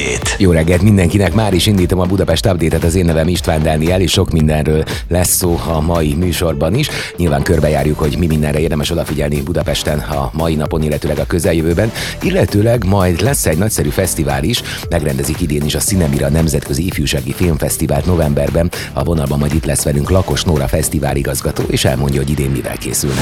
Update. Jó reggelt mindenkinek, már is indítom a Budapest Update-et, az én nevem István Dániel, és sok mindenről lesz szó a mai műsorban is. Nyilván körbejárjuk, hogy mi mindenre érdemes odafigyelni Budapesten a mai napon, illetőleg a közeljövőben. Illetőleg majd lesz egy nagyszerű fesztivál is, megrendezik idén is a Cinemira Nemzetközi Ifjúsági Filmfesztivált novemberben. A vonalban majd itt lesz velünk Lakos Nóra fesztiváligazgató, és elmondja, hogy idén mivel készülnek.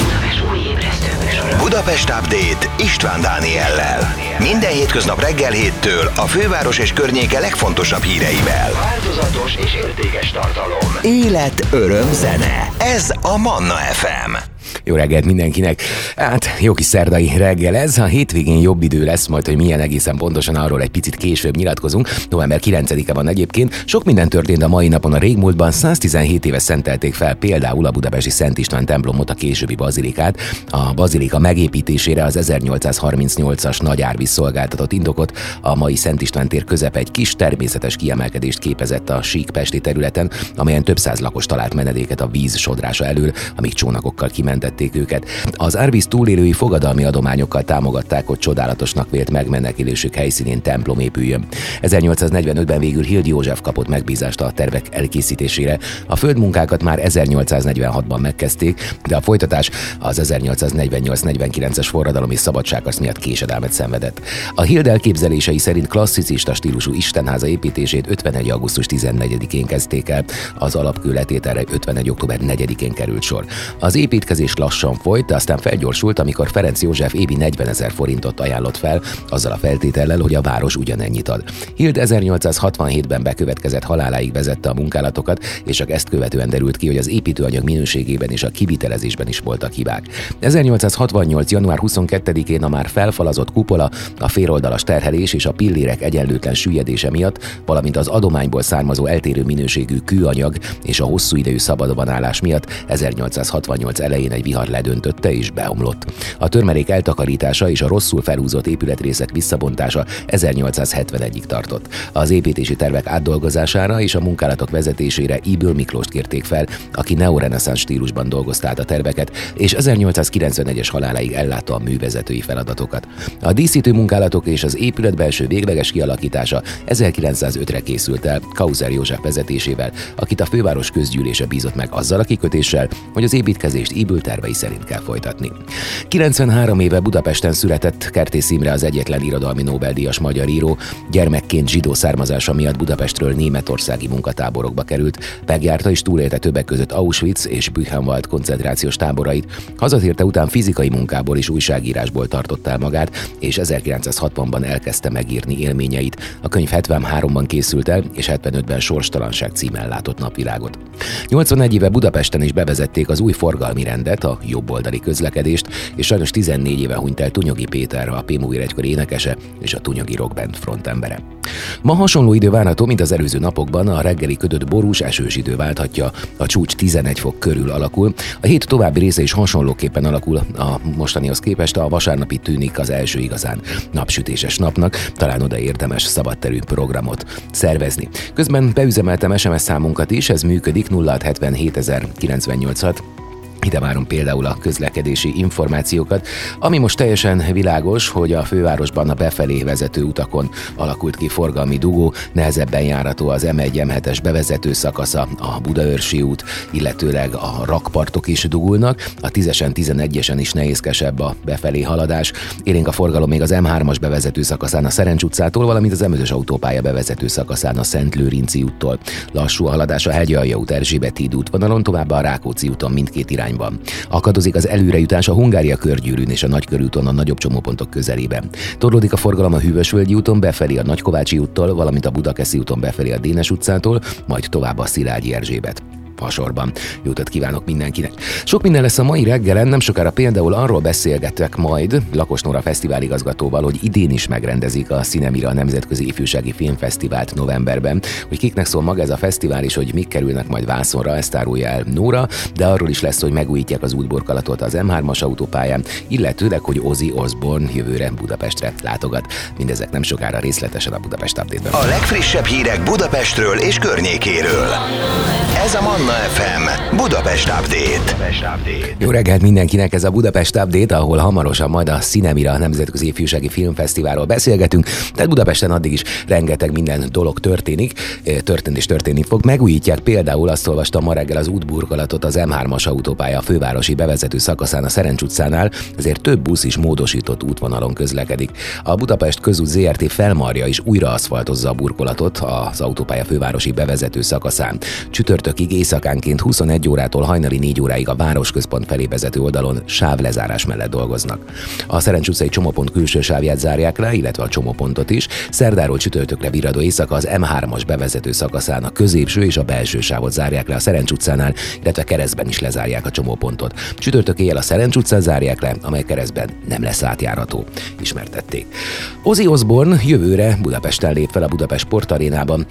Budapest Update István Dániellel. Minden hétköznap reggel 7-től a főváros és környéke legfontosabb híreivel. Változatos és értékes tartalom. Élet, öröm, zene. Ez a Manna FM. Jó reggelt mindenkinek! Hát, jó kis szerdai reggel ez. A hétvégén jobb idő lesz, majd, hogy milyen egészen pontosan, arról egy picit később nyilatkozunk. November 9-e van egyébként. Sok minden történt a mai napon a régmúltban. 117 éve szentelték fel például a budapesti Szent István templomot, a későbbi bazilikát. A bazilika megépítésére az 1838-as nagy árvíz szolgáltatott indokot. A mai Szent István tér közepe egy kis természetes kiemelkedést képezett a sík pesti területen, amelyen több száz lakos talált menedéket a víz sodrása elől, amíg csónakokkal kimentették őket. Az árvíz túlélői fogadalmi adományokkal támogatták, hogy csodálatosnak vélt megmenekülésük helyszínén templom épüljön. 1845-ben végül Hild József kapott megbízást a tervek elkészítésére. A földmunkákat már 1846-ban megkezdték, de a folytatás az 1848-49-es forradalom és szabadságharc miatt késedelmet szenvedett. A Hild elképzelései szerint klasszicista stílusú istenháza építését 51. augusztus 14-én kezdték el, az alapkőletételre 51. október 4-én került sor. Az építkezés lassan folyt, de aztán felgyorsult, amikor Ferenc József évi 40 000 forintot ajánlott fel, azzal a feltétellel, hogy a város ugyanennyit ad. Hild 1867-ben bekövetkezett haláláig vezette a munkálatokat, és csak ezt követően derült ki, hogy az építőanyag minőségében és a kivitelezésben is voltak hibák. 1868. január 22-én a már felfalazott kupola, a féloldalas terhelés és a pillérek egyenlőtlen süllyedése miatt, valamint az adományból származó eltérő minőségű kőanyag és a hosszú idejű szabadon állás miatt 1868 elején egy vihar ledöntötte és beomlott. A törmelék eltakarítása és a rosszul felhúzott épületrészek visszabontása 1871-ig tartott. Az építési tervek átdolgozására és a munkálatok vezetésére Ybl Miklóst kérték fel, aki neoreneszánsz stílusban dolgozta át a terveket, és 1891-es haláláig ellátta a művezetői feladatokat. A díszítő munkálatok és az épület belső végleges kialakítása 1905-re készült el Kauser József vezetésével, akit a főváros közgyűlése bízott meg azzal a kikötéssel, hogy az építkezést Ybl tervei szerint kell folytatni. 93 éve Budapesten született Kertész Imre, az egyetlen irodalmi Nobel-díjas magyar író. Gyermekként zsidó származása miatt Budapestről németországi munkatáborokba került, megjárta és túlélte többek között Auschwitz és Buchenwald koncentrációs táborait. Hazatérte után fizikai munkából és újságírásból tartotta el magát, és 1960-ban elkezdte megírni élményeit. A könyv 73-ban készült el, és 75-ben Sorstalanság címmel látott napvilágot. 81 éve Budapesten is bevezették az új forgalmi rendet, a jobboldali közlekedést, és sajnos 14 éve hunyt el Tunyogi Péter, a P-Movie egykor énekese és a Tunyogi Rock Band frontembere. Ma hasonló idő várható, mint az előző napokban, a reggeli ködött borús, esős idő válthatja, a csúcs 11 fok körül alakul. A hét további része is hasonlóképpen alakul a mostanihoz képest, a vasárnapi tűnik az első igazán napsütéses napnak, talán oda érdemes szabadterű programot szervezni. Közben beüzemeltem SMS számunkat is, ez működik 0677 098. Ide várom például a közlekedési információkat, ami most teljesen világos, hogy a fővárosban a befelé vezető utakon alakult ki forgalmi dugó, nehezebben járható az M1-M7-es bevezető szakasza, a Budaörsi út, illetőleg a rakpartok is dugulnak, a 10-esen, 11-esen is nehézkesebb a befelé haladás, élénk a forgalom még az M3-as bevezető szakaszán a Szerencs utcától, valamint az M5-ös autópálya bevezető szakaszán a Szentlőrinci úttól. Lassú a haladás a Hegyalja út, Erzsébet híd útvonalon, továbbá a Rákóczi úton mindkét irányban. Akadozik az előrejutás a Hungária körgyűrűn és a Nagykörúton a nagyobb csomópontok közelében. Torlódik a forgalom a Hűvösvölgyi úton befelé a Nagykovácsi úttól, valamint a Budakeszi úton befelé a Dénes utcától, majd tovább a Szilágyi Erzsébet fasorban. Jó utat kívánok mindenkinek! Sok minden lesz a mai reggelen, nem sokára például arról beszélgetek majd Lakos Nóra fesztiváligazgatóval, hogy idén is megrendezik a Cinemira Nemzetközi Ifjúsági Filmfesztivált novemberben. Hogy kiknek szól maga ez a fesztivál, és hogy mik kerülnek majd vászonra, ezt árulja el Nóra, de arról is lesz, hogy megújítják az útburkolatot az M3-as autópályán, illetőleg, hogy Ozzy Osbourne jövőre Budapestre látogat. Mindezek nem sokára részletesen a Budapest Update-ben. A legfrissebb hírek Budapestről és környékéről. Ez a Manna FM Budapest Update. Jó reggelt mindenkinek, ez a Budapest Update, ahol hamarosan majd a Cinemira Nemzetközi Ifjúsági Filmfesztiválról beszélgetünk, tehát Budapesten addig is rengeteg minden dolog történt és történni fog. Megújítják például, azt olvastam ma reggel, az útburkolatot az M3-as autópálya a fővárosi bevezető szakaszán a Szerencs utcánál, ezért több busz is módosított útvonalon közlekedik. A Budapest Közút Zrt. Felmarja is újra aszfaltozza a burkolatot az autópálya fővárosi bevezető szakaszán. Csütörtökig éjszakánként 21 órától hajnali 4 óráig a városközpont felé vezető oldalon sávlezárás mellett dolgoznak. A Szerencs utcai csomópont külső sávját zárják le, illetve a csomópontot is. Szerdáról csütörtökre virradó éjszaka az M3-as bevezető szakaszán a középső és a belső sávot zárják le a Szerencs utcánál, illetve Keresztben is lezárják a csomópontot. Csütörtök éjjel a Szerencs utcán zárják le, amely Keresztben nem lesz átjárható, ismertették. Ozzy Osbourne jövőre Budapesten lép fel a Budapest Sportarénában.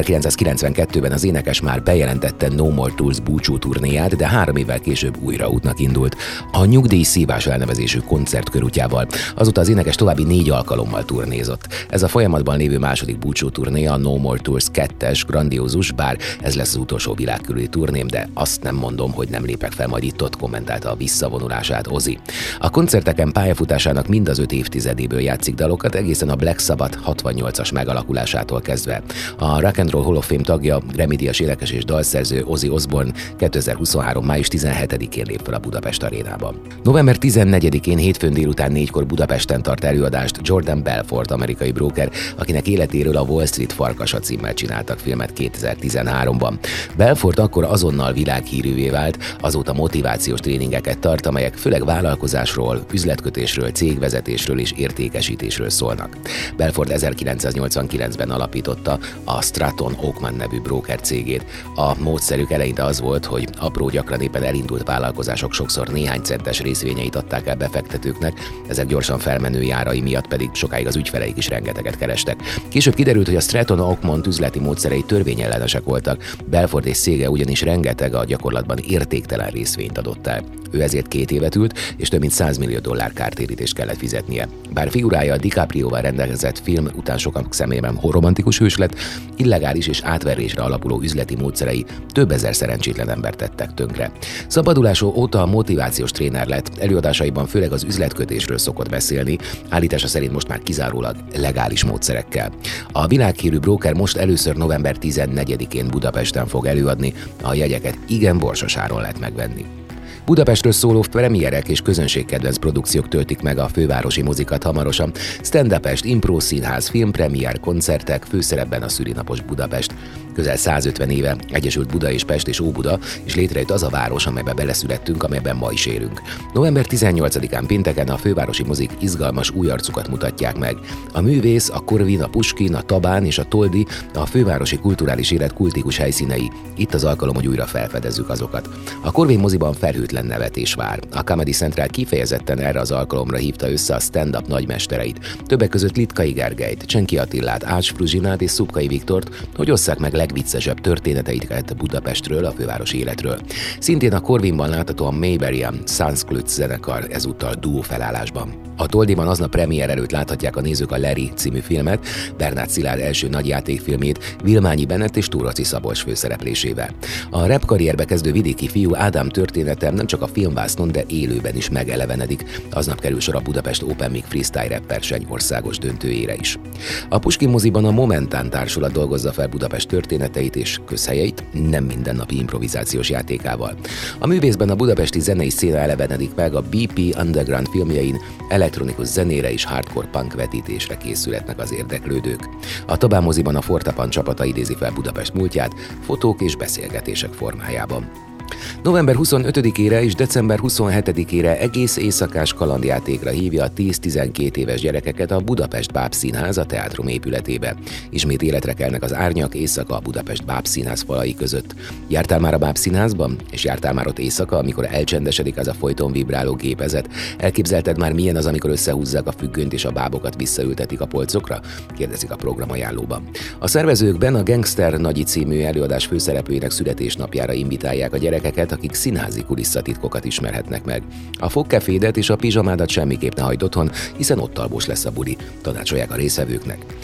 1992-ben az énekes már bejelentette No More Tours búcsú turnéját, de 3 évvel később újra útnak indult. A Nyugdíj szívás elnevezésű koncertkörútjával. Azóta az énekes további 4 alkalommal turnézott. Ez a folyamatban lévő második búcsú turné, a No More Tours 2-es, grandiózus, bár ez lesz az utolsó világkörüli turném, de azt nem mondom, hogy nem lépek fel majd itt-ott, kommentálta a visszavonulását Ozzy. A koncerteken pályafutásának mind az 5 évtizedéből játszik dalokat, egészen a Black Sabbath 68-as megalakulásától kezdve. A Rock and Roll Hall of Fame tagja, Grammy-díjas énekes és dalszerző Ozzy Osbourne 2023. május 17-én lép fel a Budapest arénában. November 14-én hétfőn délután 4-kor Budapesten tart előadást Jordan Belfort, amerikai bróker, akinek életéről a Wall Street Farkasa címmel csináltak filmet 2013-ban. Belfort akkor azonnal világhírűvé vált, azóta motivációs tréningeket tart, amelyek főleg vállalkozásról, üzletkötésről, cégvezetésről és értékesítésről szólnak. Belfort 1989-ben alapította a Stratton Oakman nevű bróker cégét. A módszerük eleinte az volt, hogy apró, gyakran éppen elindult vállalkozások sokszor néhány centes részvényeit adták el befektetőknek, ezek gyorsan felmenő árai miatt pedig sokáig az ügyfeleik is rengeteget kerestek. Később kiderült, hogy a Stratton Oakman üzleti módszerei törvényellenesek voltak, Belfort és cége ugyanis rengeteg, a gyakorlatban értéktelen részvényt adott el. Ő ezért 2 évet ült, és több mint $100 millió kártérítést kellett fizetnie. Bár figurája a DiCaprioval rendelkezett film után sokak szemében romantikus hős lett, illegális és átverésre alapuló üzleti módszerei több ezer szerencsétlen embert tettek tönkre. Szabadulása óta a motivációs tréner lett, előadásaiban főleg az üzletkötésről szokott beszélni, állítása szerint most már kizárólag legális módszerekkel. A világhírű bróker most először november 14-én Budapesten fog előadni, a jegyeket igen borsos áron lehet megvenni. Budapestről szóló premierek és közönségkedvenc produkciók töltik meg a fővárosi mozikat hamarosan. Stand-up-est, Impro Színház, filmpremier, koncertek, főszerepben a szülinapos Budapest. Közel 150 éve egyesült Buda és Pest és Óbuda, és létrejött az a város, amelyben beleszülettünk, amelyben ma is élünk. November 18-án pénteken a fővárosi mozik izgalmas új arcukat mutatják meg. A Művész, a Corvin, a Puskin, a Tabán és a Toldi a fővárosi kulturális élet kultikus helyszínei. Itt az alkalom, hogy újra felfedezzük azokat. A Corvin moziban felhőtlen nevetés vár. A Comedy Central kifejezetten erre az alkalomra hívta össze a stand-up nagymestereit, többek között Litkai Gergelyt, Csenki Attilát, Ács Fruzsinát és Szubkai Viktort, hogy osszák meg legviccesebb történeteiket Budapestről, a fővárosi életről. Szintén a Corvinban látható a Mayberian Sanskrit zenekar ezúttal duó felállásban. A Toldiban aznap premier előtt láthatják a nézők a Larry című filmet, Bernát Szilárd első nagy játékfilmét Vilmányi Bennett és Túróczi Szabolcs főszereplésével. A rap karrierbe kezdő vidéki fiú Ádám története nem csak a filmvásznon, de élőben is megelevenedik. Aznap kerül sor a Budapest Open Mic Freestyle Rap verseny országos döntőjére is. A Puskin moziban a Momentán társulat dolgozza fel Budapest történeteit és közhelyeit nem mindennapi improvizációs játékával. A Művészben a budapesti zenei széna elevenedik meg, a BP Underground filmjein elektronikus zenére és hardcore punk vetítésre készületnek az érdeklődők. A Tabán moziban a Fortapan csapata idézi fel Budapest múltját fotók és beszélgetések formájában. November 25-ére és december 27-ére egész éjszakás kalandjátékra hívja a 10-12 éves gyerekeket a Budapest Bábszínház a teátrum épületébe. Ismét életre kelnek az árnyak éjszaka a Budapest Bábszínház falai között. Jártál már a Bábszínházban? És jártál már ott éjszaka, amikor elcsendesedik az a folyton vibráló gépezet? Elképzelted már, milyen az, amikor összehúzzák a függönyt és a bábokat visszaültetik a polcokra? Kérdezik a programajánlóban. A szervezőkben a Gangster Nagyi című előadás főszereplőinek születésnapjára invitálják a gyerekeket, akik színházi kulisszatitkokat ismerhetnek meg. A fogkefédet és a pizsamádat semmiképp ne hagyd otthon, hiszen ott alvós lesz a buli, tanácsolják a részvevőknek.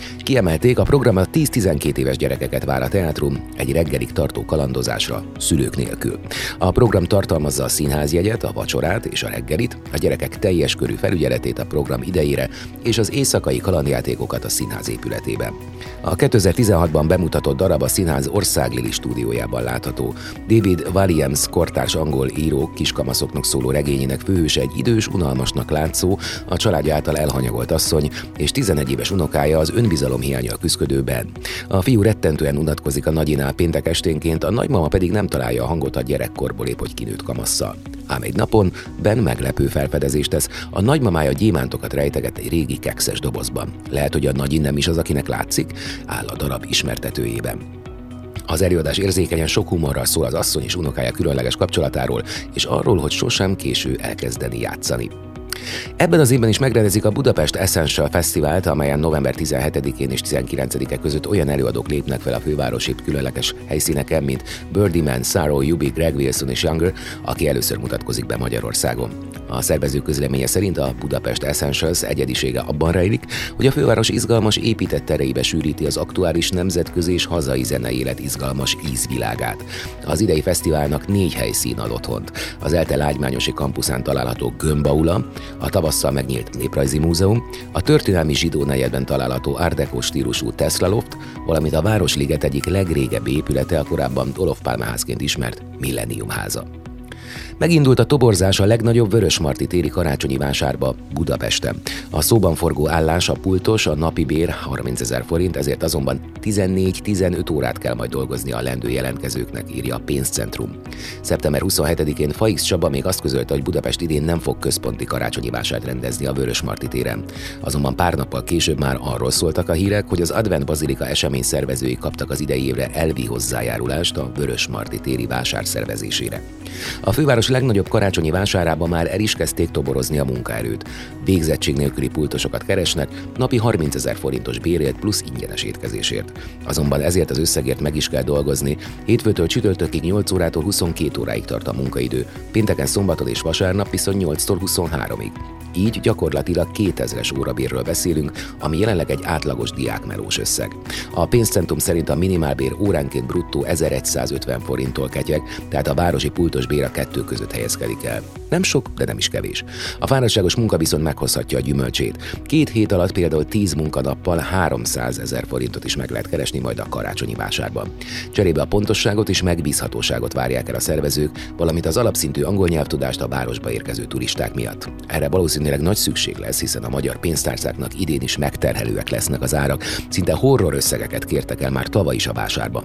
Kiemelték, a program a 10-12 éves gyerekeket vár a teátrum egy reggelig tartó kalandozásra szülők nélkül. A program tartalmazza a színházjegyet, a vacsorát és a reggelit, a gyerekek teljes körű felügyeletét a program idejére és az éjszakai kalandjátékokat a színház épületében. A 2016-ban bemutatott darab a színház országlili stúdiójában látható. David Walliams kortárs angol író kiskamaszoknak szóló regényének főhőse egy idős, unalmasnak látszó, a családja által elhanyagolt asszony, és 11 éves unokája az önbizalomhiánnyal küszködő Ben. A fiú rettentően unatkozik a nagyinál péntek esténként, a nagymama pedig nem találja a hangot a gyerekkorból épp hogy kinőtt kamasszal. Ám egy napon Ben meglepő felfedezést tesz, a nagymamája gyémántokat rejteget egy régi kekszes dobozban. Lehet, hogy a nagyin nem is az, akinek látszik, áll a darab ismertetőjében. Az előadás érzékenyen sok humorral szól az asszony és unokája különleges kapcsolatáról, és arról, hogy sosem késő elkezdeni játszani. Ebben az évben is megrendezik a Budapest Essential Fesztivált, amelyen november 17-én és 19-e között olyan előadók lépnek fel a fővárosi különleges helyszíneken, mint Birdman, Sarah, Yubi, Greg Wilson és Younger, aki először mutatkozik be Magyarországon. A szervezők közleménye szerint a Budapest Essentials egyedisége abban rejlik, hogy a főváros izgalmas épített tereibe sűríti az aktuális nemzetközi és hazai zeneélet izgalmas ízvilágát. Az idei fesztiválnak 4 helyszín ad otthont. Az ELTE lágymányosi kampuszán található Gömbaula, a tavasszal megnyílt Néprajzi Múzeum, a történelmi zsidó negyedben található Art Deco stílusú Tesla Loft, valamint a Városliget egyik legrégebbi épülete, a korábban Olof Palme házként ismert Millennium háza. Megindult a toborzás a legnagyobb Vörösmarty téri karácsonyi vásárba Budapesten. A szóban forgó állás, a pultos, a napi bér 30 000 forint, ezért azonban 14-15 órát kell majd dolgozni a lendő jelentkezőknek, írja a Pénzcentrum. Szeptember 27-én Faix Csaba még azt közölte, hogy Budapest idén nem fog központi karácsonyi vásárt rendezni a Vörösmarty téren. Azonban pár nappal később már arról szóltak a hírek, hogy az Advent Bazilika esemény szervezői kaptak az idei évre elvi hozzájárulást a Vörösmarty téri vásár szervezésére. A főváros legnagyobb karácsonyi vásárában már el is kezdték toborozni a munkaerőt. Végzettség nélküli pultosokat keresnek, napi 30 000 forintos bérért plusz ingyenes étkezésért. Azonban ezért az összegért meg is kell dolgozni. Hétfőtől csütörtökig 8 órától 22 óráig tart a munkaidő, pénteken, szombaton és vasárnap viszont 8-tól 23-ig. Így gyakorlatilag 2000-es órabérről beszélünk, ami jelenleg egy átlagos diákmelós összeg. A Pénzcentrum szerint a minimálbér óránként bruttó 1150 forinttól ketyeg, tehát a városi pultos bér a kettő között helyezkedik el. Nem sok, de nem is kevés. A fáradtságos munka viszont meghozhatja a gyümölcsét. 2 hét alatt például 10 munkanappal 300 000 forintot is meg lehet keresni majd a karácsonyi vásárban. Cserébe a pontosságot és megbízhatóságot várják el a szervezők, valamint az alapszintű angol nyelvtudást a városba érkező turisták miatt. Erre valószínűleg nagy szükség lesz, hiszen a magyar pénztárcáknak idén is megterhelőek lesznek az árak, szinte horror összegeket kértek el már tavaly is a vásárban.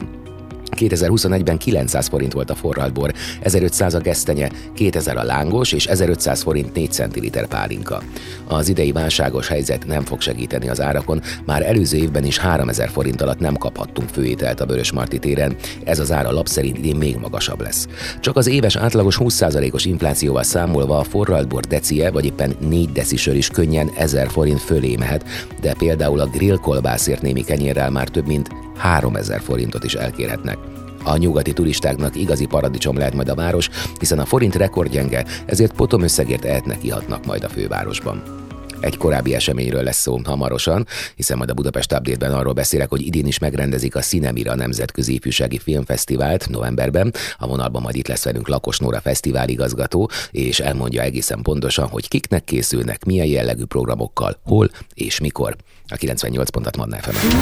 2021-ben 900 forint volt a forralt bor, 1500 a gesztenye, 2000 a lángos és 1500 forint 4 centiliter pálinka. Az idei válságos helyzet nem fog segíteni az árakon, már előző évben is 3000 forint alatt nem kaphattunk főételt a Vörösmarty téren, ez az ára lap szerint idén még magasabb lesz. Csak az éves átlagos 20%-os inflációval számolva a forralt bor decije, vagy éppen 4 decisör is könnyen 1000 forint fölé mehet, de például a grillkolbászért némi kenyérrel már több mint 3000 forintot is elkérhetnek. A nyugati turistáknak igazi paradicsom lehet majd a város, hiszen a forint rekordgyenge, ezért potomösszegért ehetnek, ihatnak majd a fővárosban. Egy korábbi eseményről lesz szó hamarosan, hiszen majd a Budapest Update-ben arról beszélek, hogy idén is megrendezik a Cinemira Nemzetközi Ifjúsági Filmfesztivált novemberben. A vonalban majd itt lesz velünk Lakos Nóra fesztiváligazgató, és elmondja egészen pontosan, hogy kiknek készülnek, milyen jellegű programokkal, hol és mikor. A 98 pontot Manna FM.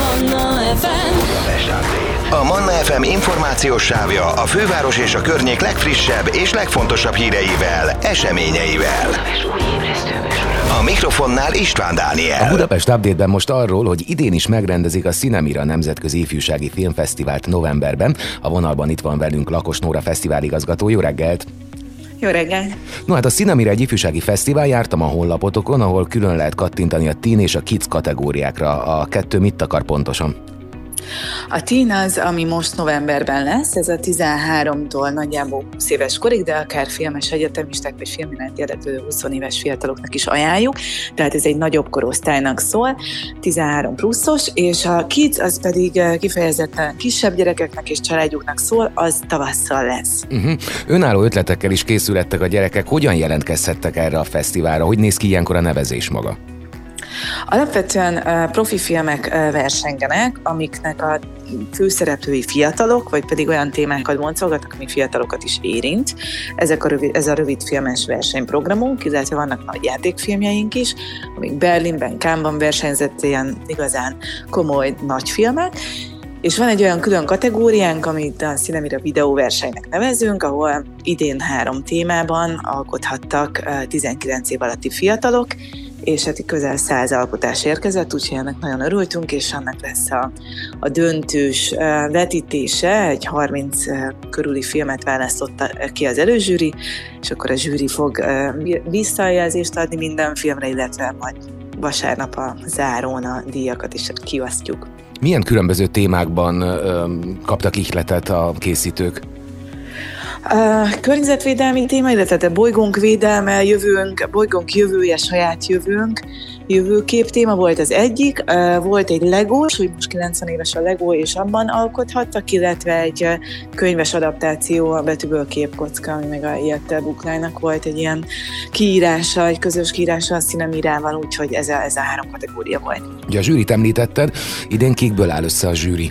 A Manna FM információs sávja a főváros és a környék legfrissebb és legfontosabb híreivel, eseményeivel. A mikrofonnál István Dániel. A Budapest Update-ben most arról, hogy idén is megrendezik a Cinemira Nemzetközi Ifjúsági Filmfesztivált novemberben. A vonalban itt van velünk Lakos Nóra fesztiváligazgató. Jó reggelt! Jó reggelt! No hát a Cinemira egy ifjúsági fesztivál, jártam a honlapotokon, ahol külön lehet kattintani a teen és a kids kategóriákra. A kettő mit akar pontosan? A teen az, ami most novemberben lesz, ez a 13-tól nagyjából 20 éves korig, de akár filmes egyetemisták vagy film iránt érdeklődő 20 éves fiataloknak is ajánljuk, tehát ez egy nagyobb korosztálynak szól, 13 pluszos, és a kids az pedig kifejezetten kisebb gyerekeknek és családjuknak szól, az tavasszal lesz. Önálló ötletekkel is készülettek a gyerekek, hogyan jelentkezhettek erre a fesztiválra, hogy néz ki ilyenkor a nevezés maga? Alapvetően profi filmek versengenek, amiknek a főszereplői fiatalok, vagy pedig olyan témákat boncolgatnak, ami fiatalokat is érint. Ez a rövid filmes versenyprogramunk, illetve vannak nagy játékfilmjeink is, amik Berlinben, Cannes-ban versenyzett ilyen igazán komoly nagy filmek. És van egy olyan külön kategóriánk, amit a Cinemira videóversenynek nevezünk, ahol idén 3 témában alkothattak 19 év alatti fiatalok, és hát közel 100 alkotás érkezett, úgyhogy ennek nagyon örültünk, és annak lesz a döntős vetítése, egy 30 körüli filmet választotta ki az előzsűri, és akkor a zsűri fog visszajelzést adni minden filmre, illetve majd vasárnap a zárón a díjakat is kiosztjuk. Milyen különböző témákban kaptak ihletet a készítők? Környezetvédelmi téma, illetve a bolygónk védelme, bolygónk jövője, saját jövőkép téma volt az egyik. Volt egy legós, hogy most 90 éves a Lego, és abban alkothattak, illetve egy könyves adaptáció, a Betűből képkocka, ami meg a Jettel Bookline-nak volt egy ilyen kiírása, egy közös kiírása a Cinemirával, úgyhogy ez a 3 kategória volt. Ugye a zsűrit említetted, idén kikből áll össze a zsűri?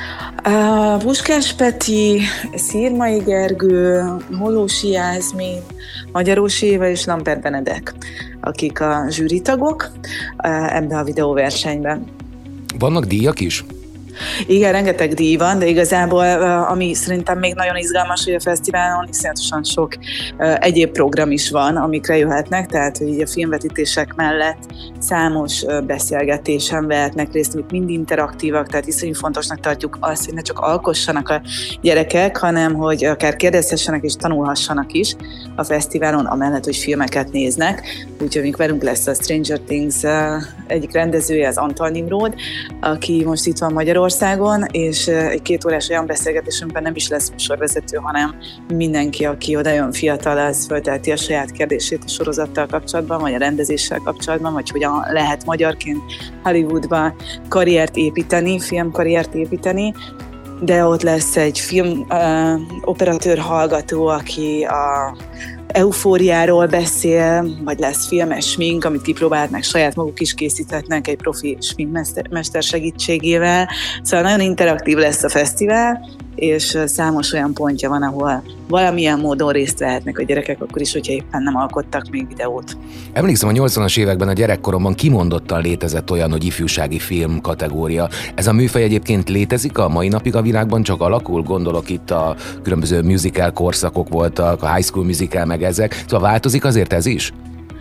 Puskás Peti, Szirmai Gergő, Hollósi Jászmin, Magyarósi Éva és Lamper Benedek, akik a zsűritagok ebben a videóversenyben. Vannak díjak is? Igen, rengeteg díj van, de igazából ami szerintem még nagyon izgalmas, hogy a fesztiválon iszonyatosan sok egyéb program is van, amikre jöhetnek, tehát hogy így a filmvetítések mellett számos beszélgetésen vehetnek részt, amik mind interaktívak, tehát iszonyú fontosnak tartjuk azt, hogy ne csak alkossanak a gyerekek, hanem hogy akár kérdezhessenek és tanulhassanak is a fesztiválon, amellett, hogy filmeket néznek. Úgyhogy velünk lesz a Stranger Things egyik rendezője, az Antal Nimród, aki most itt van Magyarországon, és egy 2 órás olyan beszélgetésünkben nem is lesz műsorvezető, hanem mindenki, aki oda jön fiatal, az fölteheti a saját kérdését a sorozattal kapcsolatban, vagy a rendezéssel kapcsolatban, vagy hogyan lehet magyarként Hollywoodban karriert építeni, filmkarriert építeni, de ott lesz egy film operatőr hallgató, aki a eufóriáról beszél, vagy lesz filmes smink, amit kipróbálhatnak, saját maguk is készíthetnek egy profi sminkmester segítségével. Szóval nagyon interaktív lesz a fesztivál, és számos olyan pontja van, ahol valamilyen módon részt vehetnek a gyerekek, akkor is, hogyha éppen nem alkottak még videót. Emlékszem, a 80-as években a gyerekkoromban kimondottan létezett olyan, hogy ifjúsági film kategória. Ez a műfaj egyébként létezik a mai napig a világban, csak alakul? Gondolok, itt a különböző musical korszakok voltak, a High School Musical meg ezek. Szóval változik azért ez is?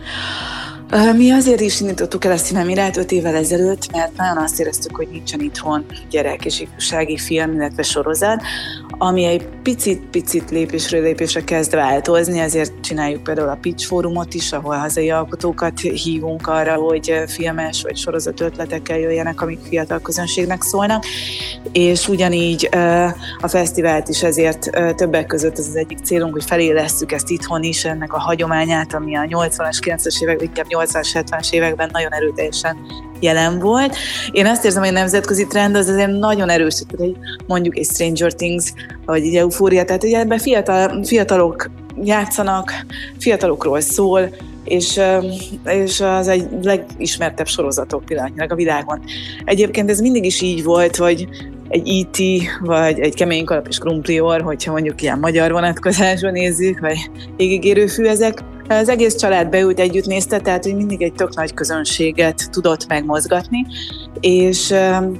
Mi azért is indítottuk el a Cinemirát 5 évvel ezelőtt, mert nagyon azt éreztük, hogy nincsen itthon gyerek- és ifjúsági film, illetve sorozat, ami egy picit lépésről lépésre kezd változni, ezért csináljuk például a Pitch Fórumot is, ahol hazai alkotókat hívunk arra, hogy filmes vagy sorozat ötletekkel jöjjenek, amik fiatal közönségnek szólnak, és ugyanígy a fesztivált is ezért többek között ez az egyik célunk, hogy felélesszük ezt itthon is, ennek a hagyományát, ami a 80-as, 90-es években, inkább 80-as, 70-es években nagyon erőteljesen jelen volt. Én azt érzem, hogy a nemzetközi trend az azért nagyon erős, hogy mondjuk egy Stranger Things, vagy egy Eufória, tehát ugye ebben fiatalok játszanak, fiatalokról szól, és az egy legismertebb sorozatok pillanatnyilag a világon. Egyébként ez mindig is így volt, hogy egy E.T. vagy egy Kemény kalap és krumplior, hogyha mondjuk ilyen magyar vonatkozásban nézzük, vagy Égigérő ezek, az egész család beült, együtt nézte, tehát hogy mindig egy tök nagy közönséget tudott megmozgatni, és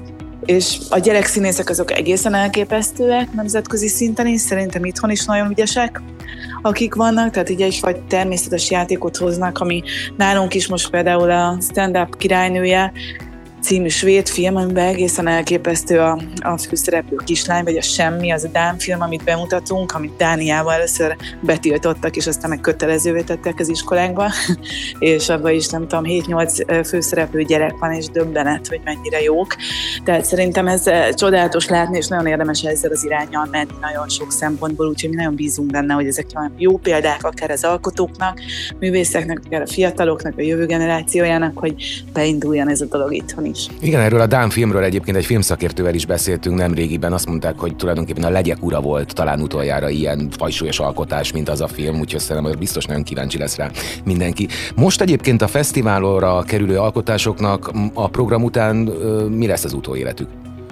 a gyerekszínészek azok egészen elképesztőek nemzetközi szinten is, szerintem itthon is nagyon ügyesek, akik vannak, tehát így egyfajta természetes játékot hoznak, ami nálunk is most például a Stand-up királynője című svéd film, amiben egészen elképesztő a főszereplő kislány, vagy a Semmi, az a dán film, amit bemutatunk, amit Dániával először betiltottak, és aztán meg kötelezővé tettek az iskolákba, és abban is nem tudom, 7-8 főszereplő gyerek van, és döbbenet, hogy mennyire jók. Tehát szerintem ez csodálatos látni, és nagyon érdemes ezzel az iránnyal menni nagyon sok szempontból, úgyhogy mi nagyon bízunk benne, hogy ezek jó példák akár az alkotóknak, művészeknek, akár a fiataloknak, a jövő generációjának, hogy beinduljon ez a dolog itthon is. Igen, erről a dán filmről egyébként egy filmszakértővel is beszéltünk nemrégiben, azt mondták, hogy tulajdonképpen a Legyek ura volt talán utoljára ilyen fajsúlyos alkotás, mint az a film, úgyhogy szerintem biztos nagyon kíváncsi lesz rá mindenki. Most egyébként a fesztiválra kerülő alkotásoknak a program után mi lesz az utóéletük?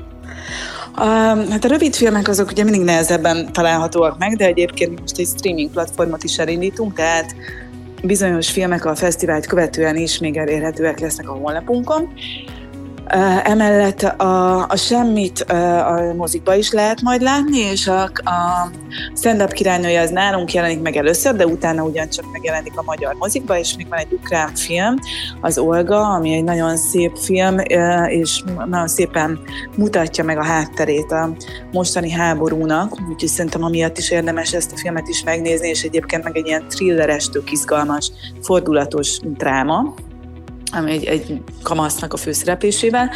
Hát a rövid filmek azok ugye mindig nehezebben találhatóak meg, de egyébként most egy streaming platformot is elindítunk, tehát bizonyos filmek a fesztivált követően is még elérhetőek lesznek a honlapunkon. Emellett a Semmit a mozikba is lehet majd látni, és a Stand-up királynője az nálunk jelenik meg először, de utána ugyancsak megjelenik a magyar mozikba, és még van egy ukrán film, az Olga, ami egy nagyon szép film, és nagyon szépen mutatja meg a hátterét a mostani háborúnak, úgyhogy szerintem amiatt is érdemes ezt a filmet is megnézni, és egyébként meg egy ilyen thrilleres, tök izgalmas, fordulatos dráma, ami egy kamasznak a főszereplésével,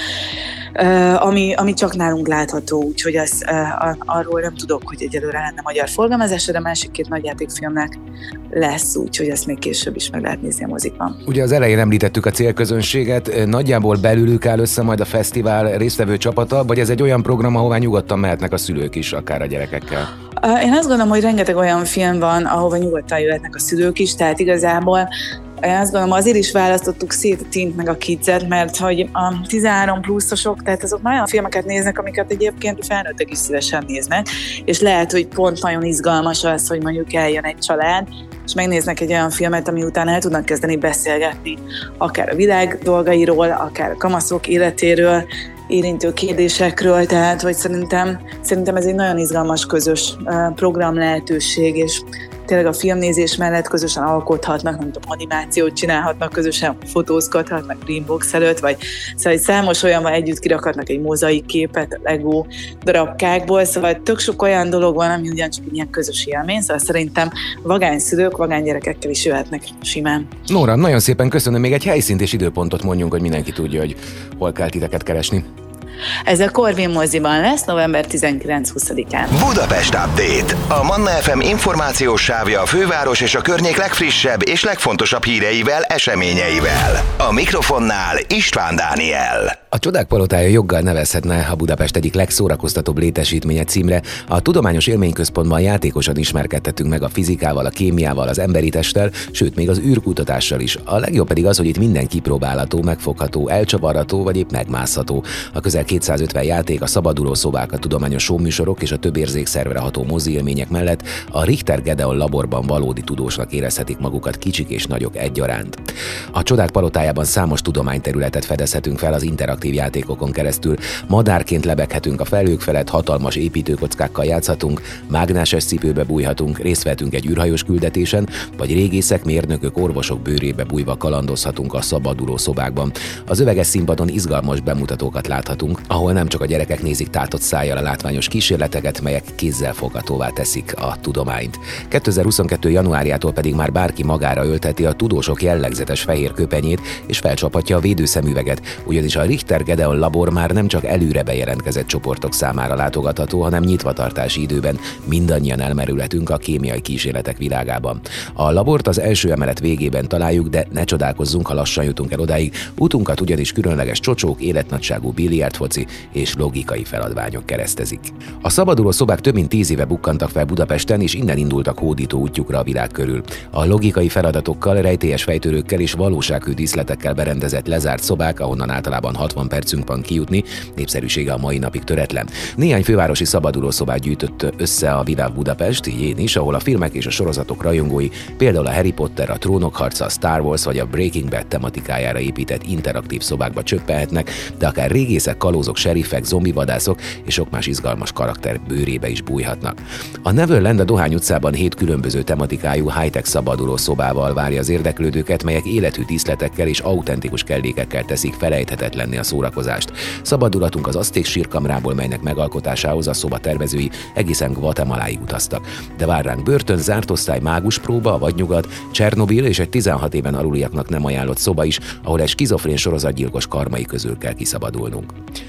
ami csak nálunk látható, úgyhogy arról nem tudok, hogy egyelőre lenne magyar forgalmazása, de másik 2 nagyjátékfilmnek lesz, úgyhogy ezt még később is meg lehet nézni a mozikban. Ugye az elején említettük a célközönséget, nagyjából belülük áll össze majd a fesztivál résztvevő csapata, vagy ez egy olyan program, ahová nyugodtan mehetnek a szülők is, akár a gyerekekkel? Én azt gondolom, hogy rengeteg olyan film van, ahova nyugodtan jöhetnek a szülők is, tehát igazából én azt gondolom, azért is választottuk szét a Teent meg a Kids-et, mert hogy a 13 pluszosok, tehát azok már olyan filmeket néznek, amiket egyébként felnőttek is szívesen néznek, és lehet, hogy pont nagyon izgalmas az, hogy mondjuk eljön egy család, és megnéznek egy olyan filmet, ami után el tudnak kezdeni beszélgetni, akár a világ dolgairól, akár a kamaszok életéről, érintő kérdésekről, tehát hogy szerintem ez egy nagyon izgalmas közös program lehetőség, és tényleg a filmnézés mellett közösen alkothatnak, nem tudom, animációt csinálhatnak, közösen fotózgathatnak Greenbox előtt, vagy szóval számos olyanban együtt kirakhatnak egy mozaik képet Lego darabkákból, szóval tök sok olyan dolog van, ami ugyancsak ilyen közös élmény, szóval szerintem vagány szülők, vagány gyerekekkel is jöhetnek simán. Nóra, nagyon szépen köszönöm, még egy helyszínt és időpontot mondjunk, hogy mindenki tudja, hogy hol kell titeket keresni. Ez a Corvin moziban lesz november 19-20-án. Budapest Update. A Manna FM információs sávja a főváros és a környék legfrissebb és legfontosabb híreivel, eseményeivel. A mikrofonnál István Dániel. A Csodák palotája joggal nevezhetne a Budapest egyik legszórakoztatóbb létesítménye címre. A Tudományos Élményközpontban játékosan ismerkedtettünk meg a fizikával, a kémiával, az emberi testtel, sőt még az űrkutatással is. A legjobb pedig az, hogy itt minden kipróbálható, megfogható, elcsavarható vagy épp megmászható. A közel 250 játék, a szabaduló szobák, a tudományos showműsorok és a több érzékszervre ható mozi élmények mellett a Richter Gedeon laborban valódi tudósnak érezhetik magukat kicsik és nagyok egyaránt. A Csodák palotájában számos tudományterületet fedezhetünk fel az interaktív játékokon keresztül. Madárként lebeghetünk a felhők felett, hatalmas építőkockákkal játszhatunk, mágneses cipőbe bújhatunk, részt vehetünk egy űrhajós küldetésen, vagy régészek, mérnökök, orvosok bőrébe bújva kalandozhatunk a szabaduló szobákban. Az üveges színpadon izgalmas bemutatókat láthatunk, ahol nem csak a gyerekek nézik tátott szájjal a látványos kísérleteket, melyek kézzelfoghatóvá teszik a tudományt. 2022. januárjától pedig már bárki magára öltheti a tudósok jellegzetes fehér köpenyét és felcsaphatja a védőszemüveget, ugyanis a Richter Gedeon labor már nem csak előre bejelentkezett csoportok számára látogatható, hanem nyitvatartási időben mindannyian elmerülhetünk a kémiai kísérletek világában. A labort az első emelet végében találjuk, de ne csodálkozzunk, ha lassan jutunk el odáig. Utunkat ugyanis különleges csocsók, életnagyságú biliárdfoci és logikai feladványok keresztezik. A szabaduló szobák több mint 10 éve bukkantak fel Budapesten, és innen indultak hódító útjukra a világ körül. A logikai feladatokkal, rejtélyes fejtörőkkel és valósághű díszletekkel berendezett lezárt szobák, ahonnan általában 60 percünk van kijutni, népszerűsége a mai napig töretlen. Néhány fővárosi szabaduló szobát gyűjtött össze a Vidáv Budapest, így én is, ahol a filmek és a sorozatok rajongói, például a Harry Potter, a Trónok harca, a Star Wars vagy a Breaking Bad tematikájára épített interaktív szobákba csöppelhetnek, de akár régészek, kalózok, seriffek, zombivadászok és sok más izgalmas karakter bőrébe is bújhatnak. A Neverland a Dohány utcában 7 különböző tematikájú high-tech szabaduló szobával várja az érdeklődőket, melyek élethű díszletekkel és autentikus kellékekkel teszik felejthetetlenné a szórakozást. Szabadulatunk az azték sírkamrából, melynek megalkotásához a szoba tervezői egészen Guatemaláig utaztak. De vár ránk börtön, zárt osztály, máguspróba, vadnyugat, Csernobil és egy 16 éven aluliaknak nem ajánlott szoba is, ahol egy skizofrén sorozatgyilkos karmai közül kell kiszabadulnunk.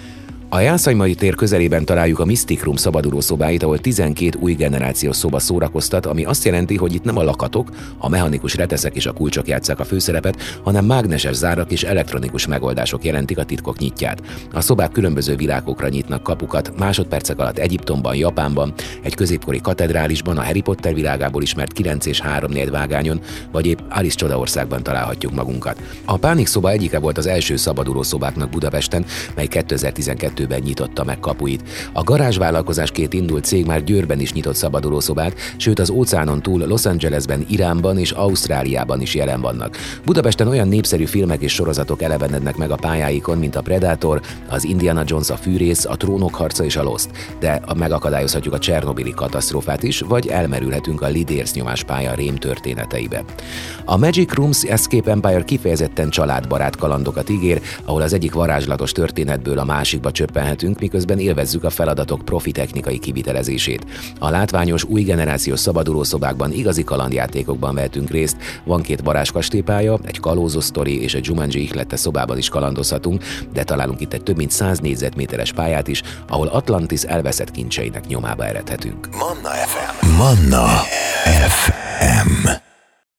A Jászai tér közelében találjuk a Mystic Room szabaduló szobáit, ahol 12 új generációs szoba szórakoztat, ami azt jelenti, hogy itt nem a lakatok, a mechanikus reteszek és a kulcsok játsszák a főszerepet, hanem mágneses zárak és elektronikus megoldások jelentik a titkok nyitját. A szobák különböző világokra nyitnak kapukat, másodpercek alatt Egyiptomban, Japánban, egy középkori katedrálisban, a Harry Potter világából ismert 9 és 3/4 vágányon, vagy épp Alice Csodaországban találhatjuk magunkat. A Pánik szoba egyike volt az első szabaduló szobáknak Budapesten, mely 2012-ben nyitotta meg kapuit. A garázsvállalkozásként indult cég már Győrben is nyitott szabadulószobát, sőt az óceánon túl Los Angelesben, Iránban és Ausztráliában is jelen vannak. Budapesten olyan népszerű filmek és sorozatok elevenednek meg a pályáikon, mint a Predator, az Indiana Jones, a Fűrész, a Trónok harca és a Lost, de megakadályozhatjuk a csernobili katasztrófát is, vagy elmerülhetünk a Lidérc nyomáspálya rém történeteibe. A Magic Rooms Escape Empire kifejezetten családbarát kalandokat ígér, ahol az egyik varázslatos történetből a másikba csöppenhetünk, miközben élvezzük a feladatok profi technikai kivitelezését. A látványos új generációs szabadulószobákban igazi kalandjátékokban vehetünk részt, van 2 varázskastélypálya, egy kalózó sztori és egy Jumanji ihlette szobában is kalandozhatunk, de találunk itt egy több mint 100 négyzetméteres pályát is, ahol Atlantis elveszett kincseinek nyomába eredhetünk. Manna FM. Manna FM.